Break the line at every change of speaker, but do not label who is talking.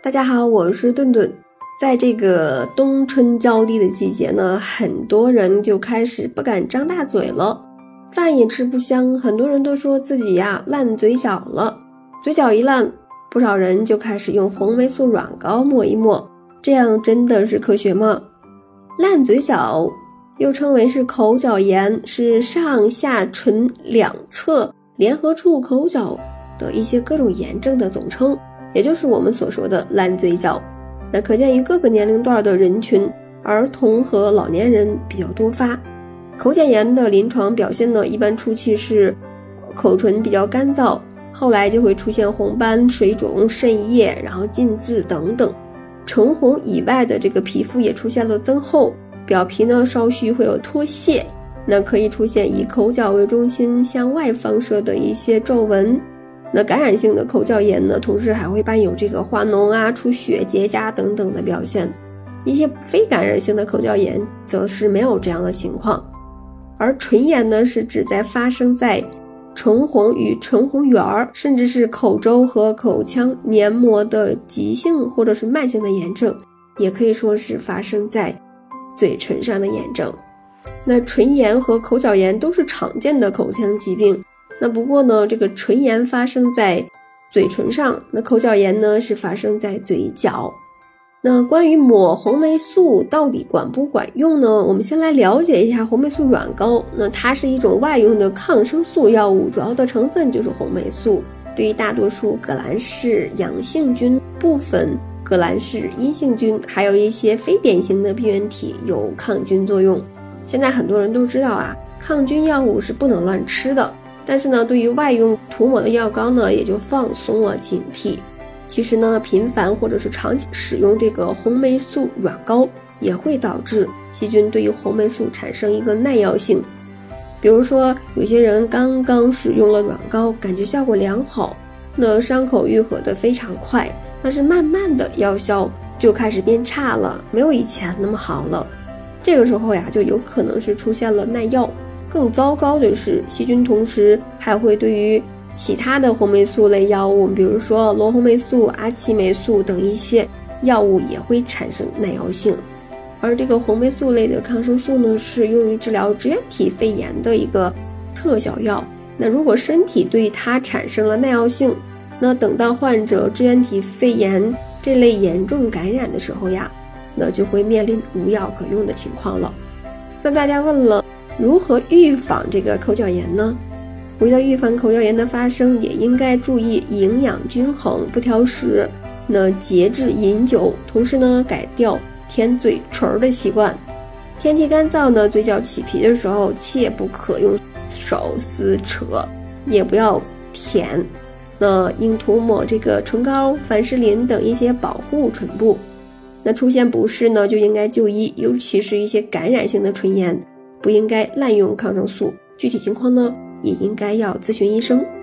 大家好，我是顿顿。在这个冬春交替的季节呢，很多人就开始不敢张大嘴了，饭也吃不香，很多人都说自己烂嘴角了。嘴角一烂，不少人就开始用红霉素软膏抹一抹，这样真的是科学吗？烂嘴角又称为是口角炎，是上下唇两侧联合处口角的一些各种炎症的总称，也就是我们所说的烂嘴角。那可见于各个年龄段的人群，儿童和老年人比较多发。口角炎的临床表现呢，一般初期是口唇比较干燥，后来就会出现红斑、水肿、渗液，然后浸渍等等。唇红以外的这个皮肤也出现了增厚，表皮呢稍许会有脱屑，那可以出现以口角为中心向外放射的一些皱纹。那感染性的口角炎呢，同时还会伴有这个化脓出血、结痂等等的表现。一些非感染性的口角炎则是没有这样的情况。而唇炎呢，是指在发生在唇红与唇红缘甚至是口周和口腔黏膜的急性或者是慢性的炎症，也可以说是发生在嘴唇上的炎症。那唇炎和口角炎都是常见的口腔疾病，那不过呢，这个唇炎发生在嘴唇上，那口角炎呢是发生在嘴角。那关于抹红霉素到底管不管用呢？我们先来了解一下红霉素软膏。那它是一种外用的抗生素药物，主要的成分就是红霉素，对于大多数革兰氏阳性菌、部分革兰氏阴性菌，还有一些非典型的病原体有抗菌作用。现在很多人都知道抗菌药物是不能乱吃的，但是呢，对于外用涂抹的药膏呢，也就放松了警惕。其实呢，频繁或者是长期使用这个红霉素软膏，也会导致细菌对于红霉素产生一个耐药性。比如说，有些人刚刚使用了软膏，感觉效果良好，那伤口愈合的非常快，但是慢慢的药效就开始变差了，没有以前那么好了。这个时候就有可能是出现了耐药。更糟糕的是，细菌同时还会对于其他的红霉素类药物，比如说罗红霉素、阿奇霉素等一些药物也会产生耐药性。而这个红霉素类的抗生素呢，是用于治疗支原体肺炎的一个特效药。那如果身体对它产生了耐药性，那等到患者支原体肺炎这类严重感染的时候那就会面临无药可用的情况了。那大家问了，如何预防这个口角炎呢？为了预防口角炎的发生，也应该注意营养均衡，不挑食，那节制饮酒，同时呢改掉舔嘴唇的习惯。天气干燥呢，嘴角起皮的时候，切不可用手撕扯，也不要舔。那应涂抹这个唇膏、凡士林等一些保护唇部。那出现不适呢，就应该就医，尤其是一些感染性的唇炎，不应该滥用抗生素。具体情况呢，也应该要咨询医生。